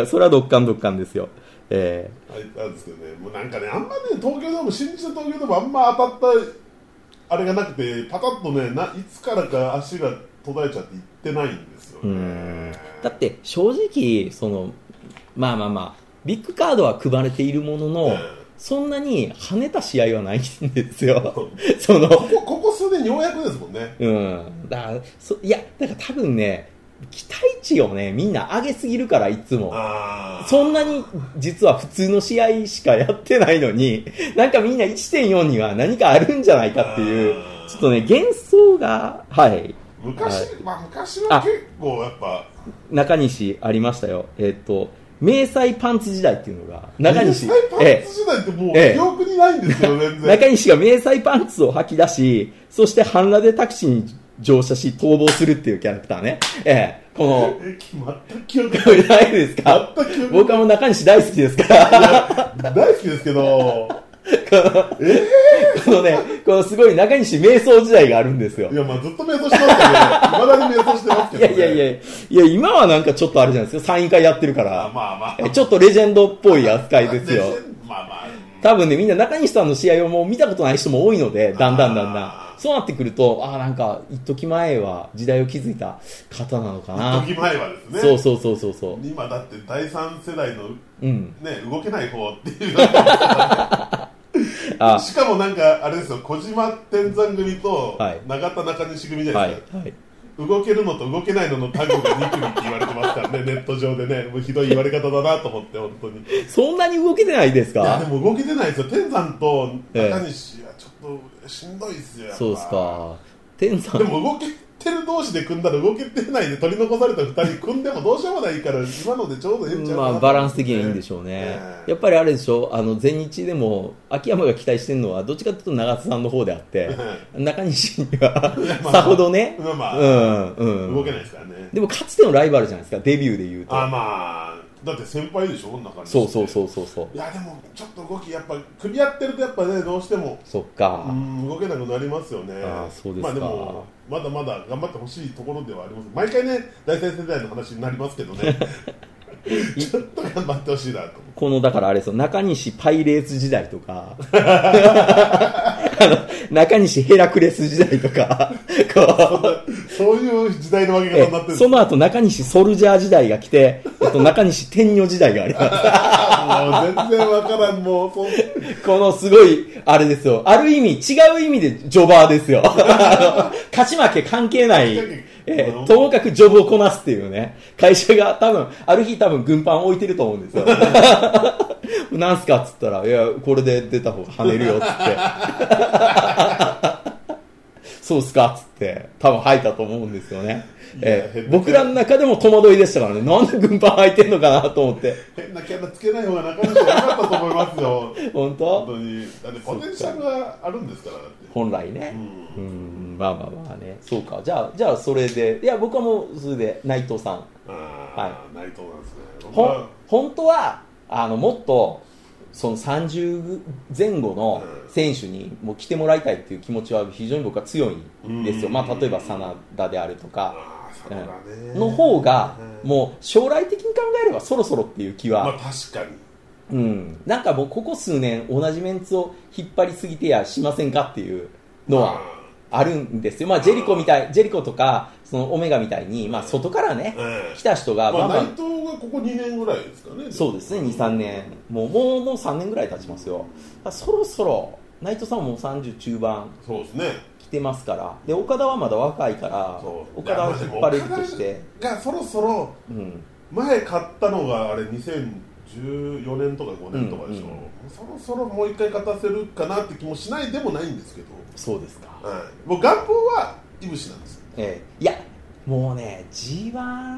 それはどっかんですよ。 あれですけどね、もうなんかね、あんまね東京ドーム新日の東京ドームあんま当たったあれがなくて、パタッとねいつからか足が途絶えちゃっていってないんですよね。 だって正直そのビッグカードは組まれているものの。そんなに跳ねた試合はないんですよ。ここ数年ようやくですもんね。 だから多分ね、期待値をね、みんな上げすぎるから、いつも。そんなに実は普通の試合しかやってないのに、なんかみんな 1.4 には何かあるんじゃないかっていう、ちょっとね、幻想が、 昔は結構やっぱ。 中西ありましたよ。迷彩パンツ時代っていうのが中西迷彩パンツ時代ってもう記憶にないんですよ、全然。 中西が迷彩パンツを履き出し、そして半裸でタクシーに乗車し逃亡するっていうキャラクターね。この全く記憶ないですか？僕はもう中西大好きですから。 大好きですけど。 このすごい中西瞑想時代があるんですよ。 いや、ずっと瞑想してますけど、未だに瞑想してますけど、ね。 いや、今はなんかちょっとあれじゃないですか、サイン会やってるから、ちょっとレジェンドっぽい扱いですよ。多分ね、みんな中西さんの試合をもう見たことない人も多いので、だんだん。そうなってくると、なんか、一時前は時代を築いた方なのかな。 一時前はですね。 そう。 今だって第三世代の、動けない方っていう。しかもなんかあれですよ、小島天山組と永田中西組じゃないですか、動けるのと動けないののタッグが2組って言われてますからね。ネット上でね、もうひどい言われ方だなと思って、本当に。 そんなに動けてないですか？ いやでも動けてないですよ。天山と中西はちょっとしんどいですよ。 そうですか。天山でも動けてる同士で組んだら動けてないで取り残された2人組んでもどうしようもないから、今のでちょうどいいんちゃうかな、 バランス的にはいいんでしょうね。やっぱりあれでしょ、全日でも秋山が期待してるのはどっちかというと長津さんの方であって中西にはさほどね、 動けないですからね。 でもかつてのライバルじゃないですか、デビューでいうと。 だって先輩でしょ、中西。そういやでもちょっと動きやっぱ組み合ってるとやっぱねどうしてもそっか、 動けなくなりますよね。 そうですか。 でもまだまだ頑張ってほしいところではあります。毎回ね大先世代の話になりますけどねちょっと頑張ってほしいなと。 このだからあれですよ、中西パイレーツ時代とか中西ヘラクレス時代とかそういう時代の分け方になってるんです。 その後中西ソルジャー時代が来て、中西天女時代がありますもう全然わからん。もうこのすごいあれですよ、ある意味違う意味でジョバーですよ勝ち負け関係ないともかくジョブをこなすっていうね、会社が多分ある日多分軍パン置いてると思うんですよなんすかっつったら、いやこれで出た方が跳ねるよっつってそうっすかっつって多分吐いたと思うんですよね。僕らの中でも戸惑いでしたからね、なんで軍パン履いてんのかなと思って。 変なキャラつけない方が中西は良かったと思いますよ本当？ 本当にだってポテンシャルがあるんですから。だって本来ね、まあね、そうか。じゃあそれで、いや僕はもうそれで内藤さん、 内藤なんですね。 本当はもっとその30前後の選手にもう来てもらいたいっていう気持ちは非常に僕は強いんですよ。まあ例えば真田であるとかの方がもう将来的に考えればそろそろっていう気は、 確かに、 なんかもうここ数年同じメンツを引っ張りすぎてやしませんかっていうのはあるんですよ。ジェリコとかそのオメガみたいに、外からね、来た人が内藤がここ2年ぐらいですかね。 そうですね、2、3年もう3年ぐらい経ちますよ。そろそろ内藤さんももう30中盤そうですね来てますから。で岡田はまだ若いから岡田を引っ張れるとしてがそろそろ、前買ったのがあれ2014年とか5年とかでしょ、そろそろもう一回勝たせるかなって気もしないでもないんですけど。 そうですか、 もう願望はいぶしなんです。 いやもうね G1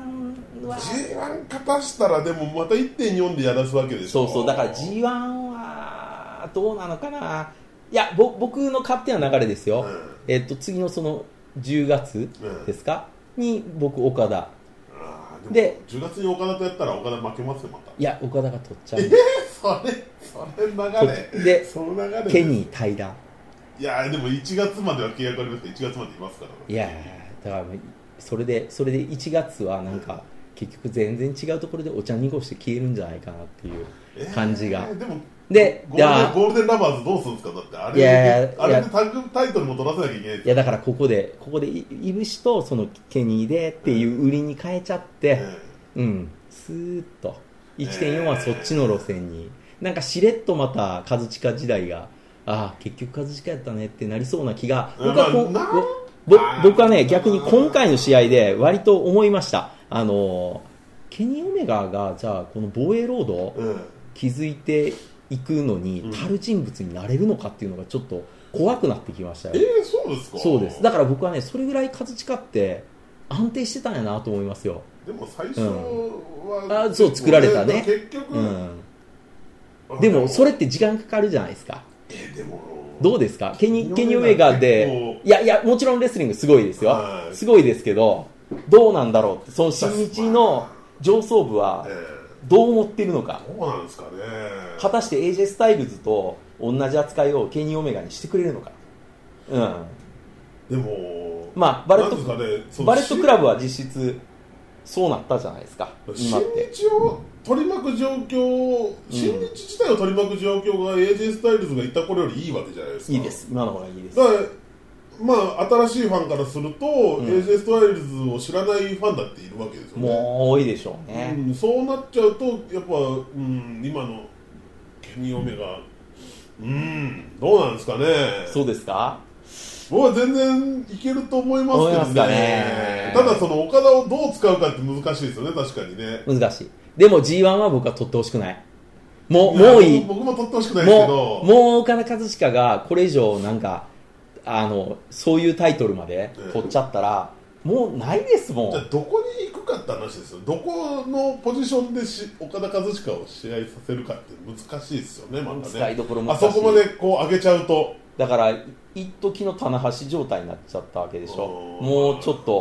勝たしたらでもまた 1.4 でやらすわけでしょ。 そうだから G1 はどうなのかな。いや僕の勝手な流れですよ、次のその10月ですか、に僕岡田で10月に岡田とやったら岡田負けますよまた。 いや岡田が取っちゃうそれ流れでその流れケニー平。 いやでも1月までは契約ありますけど1月までいますから、 いやだからそれで1月はなんか結局全然違うところでお茶濁して消えるんじゃないかなっていう感じが、でゴールデンラバーズどうするんですか。だってあれでタッグタイトルも取らせなきゃいけない。 いやだからここでいぶしとそのケニーでっていう売りに変えちゃって、スーッと 1.4 はそっちの路線に、なんかしれっとまたカズチカ時代が結局カズチカやったねってなりそうな気が僕はね逆に今回の試合で割と思いました。ケニー・オメガがじゃあこの防衛ロード築いていくのに足る人物になれるのかっていうのがちょっと怖くなってきましたよ。 そうですか。 そうです。だから僕はねそれぐらいカズチカって安定してたんやなと思いますよ。 でも最初は、 そう作られたね。 結局、 でもそれって時間かかるじゃないですか。 でもどうですか。ケニー・オメガでいやもちろんレスリングすごいですよ、すごいですけどどうなんだろうって、その新日の上層部はどう思ってるのか、 どうなんですかね。 果たして AJ スタイルズと同じ扱いをケニー・オメガにしてくれるのか。 でもバレットクラブは実質そうなったじゃないですか。 新日を取り巻く状況、新日自体を取り巻く状況が AJ スタイルズがいた頃よりいいわけじゃないですか。 いいです、今の方がいいです。 だから新しいファンからすると、AJ スタイルズを知らないファンだっているわけですよね。 もう多いでしょうね。 そうなっちゃうとやっぱ、今のケニー・オメガどうなんですかね。 そうですか。 僕は全然いけると思いますけどね。ただその岡田をどう使うかって難しいですよね。確かにね難しい。 でも G1 は僕は取ってほしくない。もういい。 僕も取ってほしくないですけど、 もう岡田和親がこれ以上なんかそういうタイトルまで取っちゃったら、もうないですもん。 じゃあどこに行くかって話ですよ。どこのポジションで岡田和親を試合させるかって難しいですよね。またね、 使いどころ難しい。 あそこまでこう上げちゃうと、 だから一時の棚橋状態になっちゃったわけでしょ。もうちょっと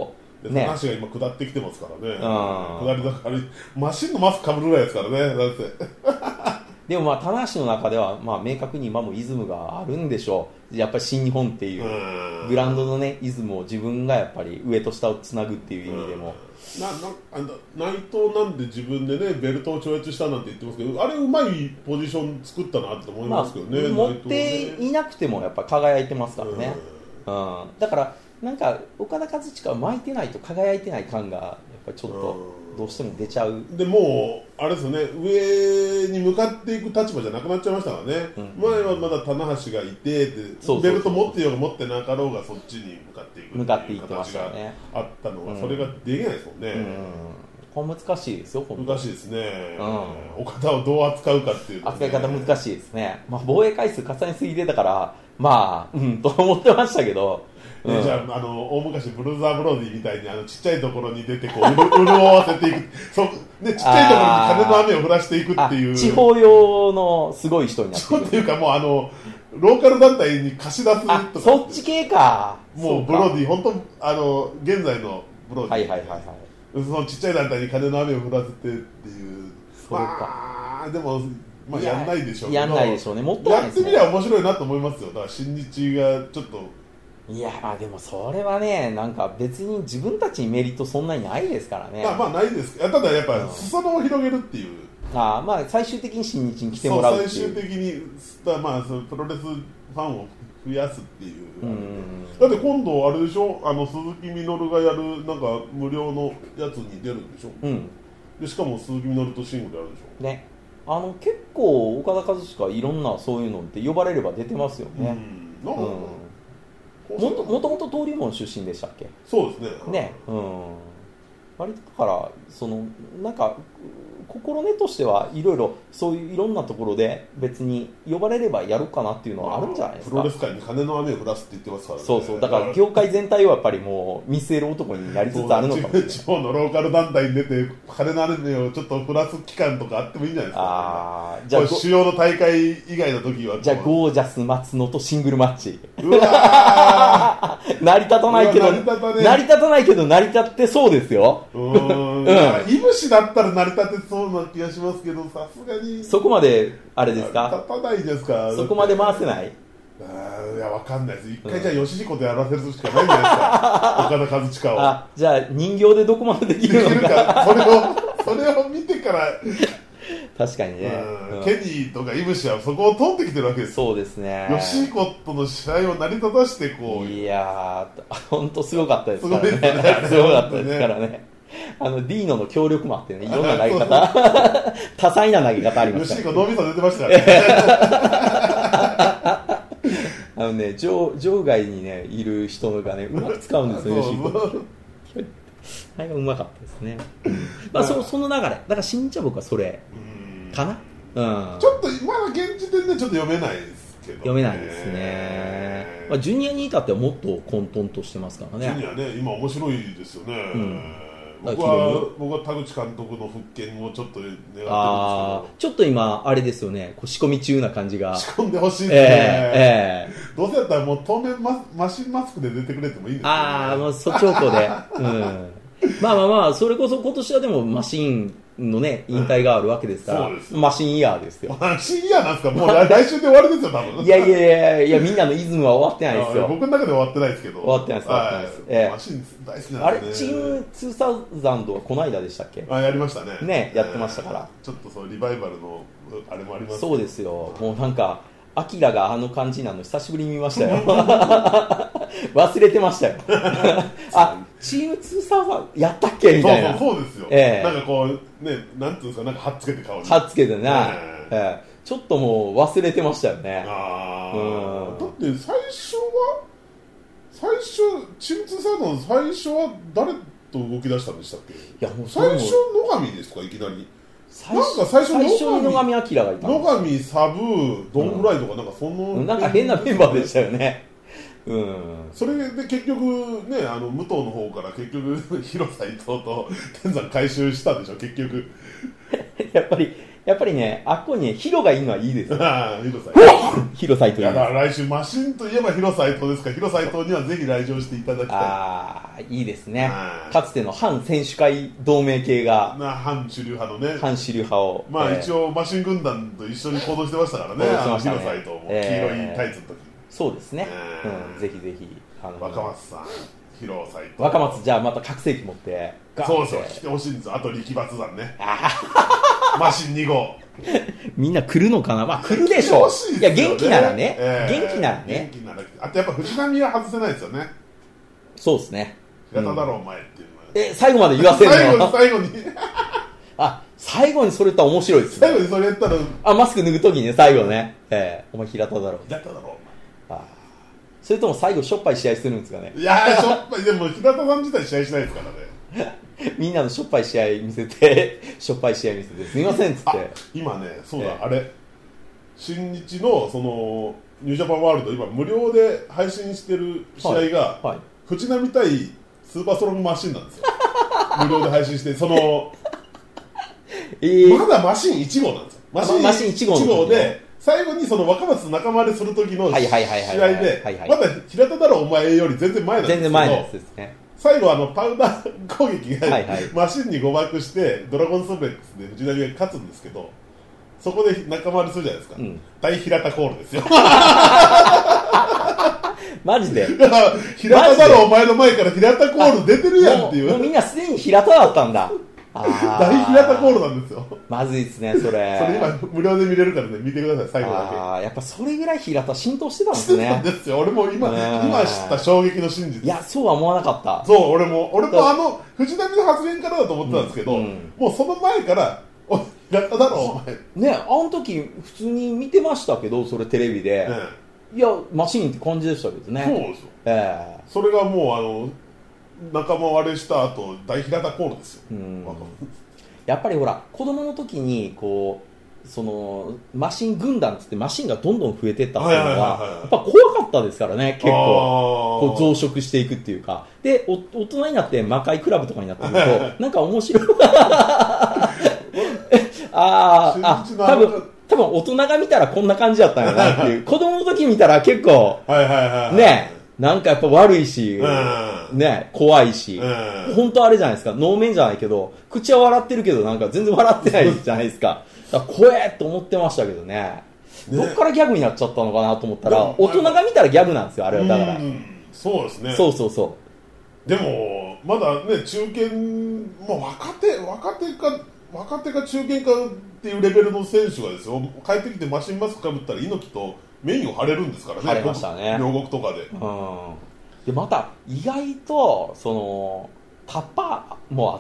で話が今下ってきてますからね、下り坂マシンのマスクかぶるぐらいですからね、だってでもまあ棚橋の中ではまあ明確に今もイズムがあるんでしょう。やっぱり新日本っていうブランドのねイズムを自分がやっぱり上と下をつなぐっていう意味でも、 内藤なんで自分でねベルトを超越したなんて言ってますけど、あれうまいポジション作ったなって思いますけどね、 持っていなくてもやっぱ輝いてますからね、だからなんか岡田和親は巻いてないと輝いてない感がやっぱりちょっとどうしても出ちゃう。 でもうあれですよね、上に向かっていく立場じゃなくなっちゃいましたからね、前はまだ棚橋がいてベルト持ってようが持ってなかろうがそっちに向かっていくっていう形があったのが、それができないですもんね。 これ難しいですよ、 難しいですね、岡田をどう扱うかっていう、 扱い方難しいですね、まあ、防衛回数重ねすぎてたからまあと思ってましたけど、 じゃあ大昔ブルーザー・ブロディみたいにちっちゃいところに出てこう潤わせていくね、ちっちゃいところに風の雨を降らしていくっていう地方用のすごい人になってるっていうか、もうローカル団体に貸し出すとか、 そっち系か、 もうブロディ本当現在のブロディ、そのちっちゃい団体に風の雨を降らせてっていう、まあでもやんないでしょうけど、 やんないでしょうね、もっとやってみれば面白いなと思いますよ。だから新日がちょっと、 いやでもそれはね、なんか別に自分たちにメリットそんなにないですからね。 まあないですけど、ただやっぱ裾野を広げるっていう、 まあ最終的に新日に来てもらうっていう、 最終的にまあそのプロレスファンを増やすっていう、だって今度あれでしょ、鈴木みのるがやるなんか無料のやつに出るんでしょ、でしかも鈴木みのるとシングルやるでしょね。 結構岡田和親いろんなそういうのって呼ばれれば出てますよね。もともと登竜門出身でしたっけ。 そうですね。 割とだからなんか心根としてはいろいろそういういろんなところで別に呼ばれればやるかなっていうのはあるんじゃないですか。 プロレス界に金の雨を降らすって言ってますからね。 そうだから業界全体をやっぱりもう見据える男になりつつあるのかもしれない。 地方のローカル団体に出て金の雨をちょっと降らす期間とかあってもいいんじゃないですか、じゃあ主要の大会以外の時はじゃあゴージャス松野とシングルマッチ、うわ成り立たないけど成り立たないけど成り立ってそうですよ。 いぶしだったら成り立てそうな気がしますけど、さすがにそこまであれですか、 立たないですか、 そこまで回せない。 いや、わかんないです。一回じゃあ吉彦でやらせるしかないんじゃないですか、岡田和親を。 じゃあ人形でどこまでできるのかそれを見てから確かにね、 ケニーとかイブシはそこを通ってきてるわけです。 そうですね。 吉彦との試合を成り立たしてこう、 いやー本当すごかったですからね。すごかったですからね。ディーノの協力もあってね、いろんな投げ方多彩な投げ方ありました、 吉彦脳みそ出てましたからね。場外にねいる人がねうまく使うんですよ吉彦。あれがうまかったですね。その流れだから新日は僕はそれかな。 ちょっとまだ現時点でちょっと読めないですけど、 読めないですね。ジュニアに至ってはもっと混沌としてますからね。 ジュニアね、今面白いですよね。僕は田口監督の復権をちょっと願ってるんですけど、 ちょっと今あれですよね、仕込み中な感じが。 仕込んでほしいですね。どうせやったらもう当面マシンマスクで出てくれてもいいんですよね。 もうそっち方向で。まあそれこそ今年はでもマシンのね引退があるわけですから、マシンイヤーですよ。 マシンイヤーなんですか。もう来週で終わりですよ多分。 いやみんなのイズムは終わってないですよ。 僕の中で終わってないですけど。 終わってないです。 マシン大好きなんですね。 あれチーム2000はこの間でしたっけ。 やりましたね。 ね、やってましたから。 ちょっとそうリバイバルのあれもあります。 そうですよ。もうなんかアキラが感じなの久しぶりに見ましたよ。忘れてましたよ。チーム2000やったっけみたいな。 そうですよ。なんかこうね、なんていうんですか、なんかはっつけて顔に。 はっつけてな。ちょっともう忘れてましたよね。 だって最初チーム2000の最初は誰と動き出したんでしたっけ。いやもう最初野上ですか、いきなり。なんか最初に野上彰がいた。 野上サブドンフライとかなんかそのなんか変なメンバーでしたよね。 それで結局ね、武藤の方から結局広瀬伊藤と天山回収したんでしょ結局。 やっぱりやっぱりね、あっこにね、ヒロがいるのはいいです。ヒロ斎藤。 いや、だから来週、マシンといえばヒロ斎藤ですから、ヒロ斎藤にはぜひ来場していただきたい。 ああ、いいですね。かつての反選手会同盟系が。 反主流派のね。 反主流派を。 まあ、一応、マシン軍団と一緒に行動してましたからね、ヒロ斎藤も。黄色いタイツの時。 そうですね。ぜひぜひ。 若松さん、ヒロ斎藤。 若松、じゃあまた拡声器持って。 そうですよ、来てほしいんですよ。あと力抜山ね。マシン2号。 みんな来るのかな。まあ来るでしょう。いや、元気ならね。元気ならね。 あとやっぱ藤波は外せないですよね。 そうですね。 平田だろお前っていうのは。 最後まで言わせるの。 最後に。 最後にそれ言ったら面白いですね。 最後にそれ言ったら。 マスク脱ぐときにね、最後ね。お前平田だろ。 平田だろお前。 それとも最後しょっぱい試合するんですかね。 いやしょっぱい。でも平田さん自体試合しないですからね。 みんなのしょっぱい試合見せて、しょっぱい試合見せて、すみませんっつって。 今ね、そうだ、あれ、新日のそのニュージャパンワールド、今、無料で配信してる試合が、藤波対スーパーストロングマシンなんですよ。無料で配信して、その、まだマシン1号なんですよ。マシン1号で、最後にその若松と仲間割れする時の試合で、まだ平田だろお前より全然前なんですけど、 全然前のやつですね。 最後パウダー攻撃が、マシンに誤爆してドラゴンスープレックスで藤波が勝つんですけど、そこで仲間割れするじゃないですか、大平田コールですよ。 マジで平田だろお前の前から平田コール出てるやんっていう。 もうみんなすでに平田だったんだ。 大平田コールなんですよ。 まずいですね、それ。 それ今無料で見れるからね、見てください、最後だけ。 やっぱそれぐらい平田浸透してたんですね。 してたんですよ。俺も今知った衝撃の真実。 いや、そうは思わなかった。 そう、俺も藤波の発言からだと思ってたんですけど、もうその前から、平田だろお前。 ね、あの時普通に見てましたけど、それテレビで。いや、マシーンって感じでしたけどね。 そうですよ。それがもう仲間割れした後、大平田コールですよ。 やっぱりほら子供の時にこうそのマシン軍団っつってマシンがどんどん増えていったっていうのはやっぱ怖かったですからね。結構こう増殖していくっていうかで大人になって魔界クラブとかになってくるとなんか面白い多分大人が見たらこんな感じだったんやなっていう子供の時見たら結構ねなんかやっぱ悪いし、ね、怖いし、本当あれじゃないですか、能面じゃないけど、口は笑ってるけど、なんか全然笑ってないじゃないですか。だから怖えと思ってましたけどね。どっからギャグになっちゃったのかなと思ったら、大人が見たらギャグなんですよ、あれは。だから。 そうですね。 そうそうそう。 でも、まだね、中堅、もう若手か中堅かっていうレベルの選手がですよ、帰ってきてマシンマスクかぶったら猪木と、メインを張れるんですからね。 張れましたね。 両国とかで。 でまた意外とそのタッパーもあって、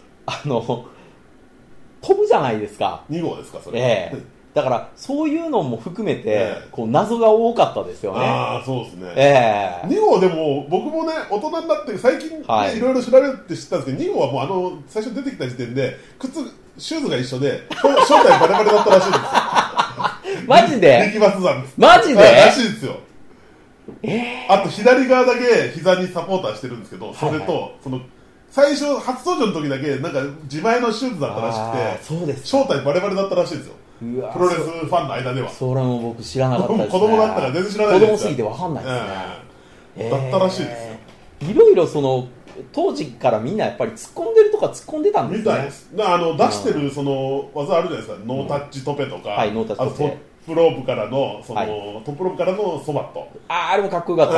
飛ぶじゃないですか。 2号ですかそれ。 だからそういうのも含めて、こう謎が多かったですよね。 そうですね。2号でも僕もね大人になって最近、いろいろ調べて知ったんですけど、2号はもう最初出てきた時点でシューズが一緒で正体バレバレだったらしいんですよ。 マジで？ 力抜山です。 マジで？ らしいですよ。あと左側だけ膝にサポーターしてるんですけど、それとその最初初登場の時だけなんか自前のシューズだったらしくて、正体バレバレだったらしいですよ。プロレスファンの間では。 それも僕知らなかったですね。 子供だったから全然知らないです。 子供すぎてわかんないですね。 だったらしいですよ。 いろいろその当時からみんなやっぱり突っ込んでるとか突っ込んでたんですね。 みたいです。出してるその技あるじゃないですか。ノータッチトペとか、あとトップロープからのトップロープからのソバット。 あれもかっこよかった。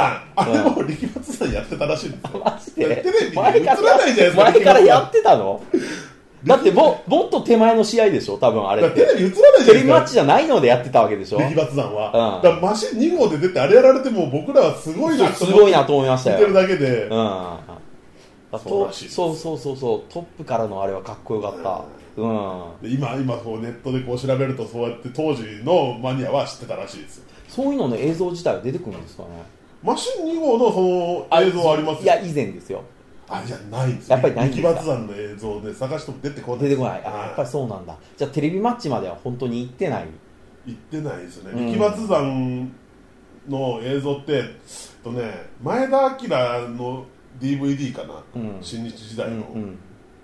あれも力抜さんやってたらしいんですよ。 マジで？ テレビで映らないじゃないですか。 前からやってたの？だってもっと手前の試合でしょ多分あれって。 テレビ映らないじゃないですか。 テレビマッチじゃないのでやってたわけでしょ。 力抜山は。だからマシン2号で出てあれやられても僕らはすごいなと思いましたよ。 見てるだけで。 そうトップからのあれはかっこよかった。 今こうネットでこう調べるとそうやって当時のマニアは知ってたらしいですよ。 そういうのの映像自体は出てくるんですかね。 マシン2号のその映像はありますよ。 いや以前ですよ。 じゃないんですよ。 やっぱりないんですか。 力抜山の映像で探しても出てこない。 やっぱりそうなんだ。じゃあテレビマッチまでは本当に行ってない。 行ってないですね。力抜山の映像って前田明の DVD かな、新日時代の、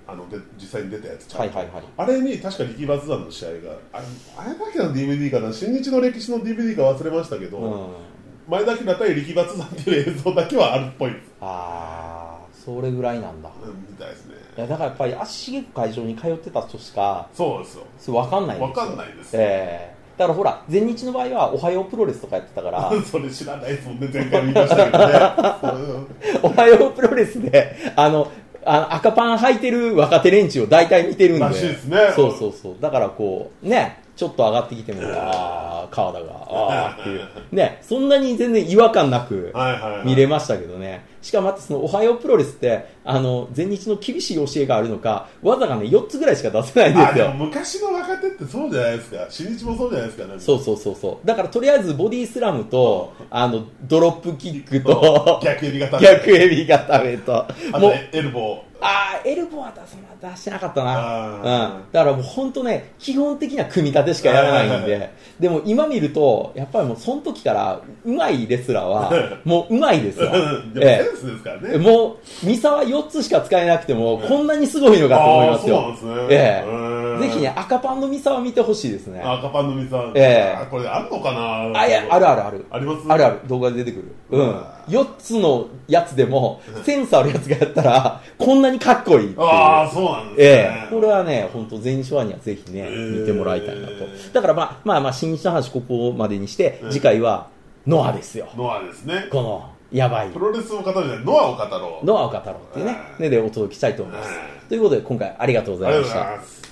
実際に出たやつ、 はいはいはい、 あれに確か力抜山の試合があれだけの DVD かな、新日の歴史の DVD か忘れましたけど、前田明対力抜山っていう映像だけはあるっぽいです。 ああ、それぐらいなんだ、 みたいですね。 いやだからやっぱり足しげく会場に通ってた人しかそうですよ、 それ分かんないんですよ。 分かんないです、 だからほら、全日の場合はおはようプロレスとかやってたからそれ知らないですもんね、前回見ましたけどねおはようプロレスで赤パン履いてる若手連中を大体見てるんで、 らしいですね。 そうそうそう、だからこうね、ちょっと上がってきても、ああ川田がああっていうね、そんなに全然違和感なく見れましたけどね。しかもまたそのおはようプロレスって全日の厳しい教えがあるのか、技がね4つぐらいしか出せないんですよ。 でも昔の若手ってそうじゃないですか、新日もそうじゃないですかね。 そうそうそうそう、だからとりあえずボディスラムとドロップキックと逆エビ固めとあとエルボー、 エルボーは出してなかったな、だからもう本当ね、基本的な組み立てしかやらないんででも今見るとやっぱりもうその時から上手いレスラーはもう上手いですよセンスですからね。 もうミサは4つしか使えなくてもこんなにすごいのかと思いますよ。 そうなんですね。 ぜひね、赤パンのミサは見てほしいですね。 赤パンのミサ、これあるのかな。 いや、あるあります。 ある動画で出てくる。4つのやつでもセンスあるやつがやったらこんなにかっこいいっていう。 そうなんですね。 これはね、本当全日ファンにはぜひね、見てもらいたいなと。だからまあ新日の話ここまでにして、次回はノアですよ。 ノアですね。 このやばいプロレスを語るじゃない、ノアを語ろう。 ノアを語ろうっていうね、でお届けしたいと思います。ということで今回ありがとうございました。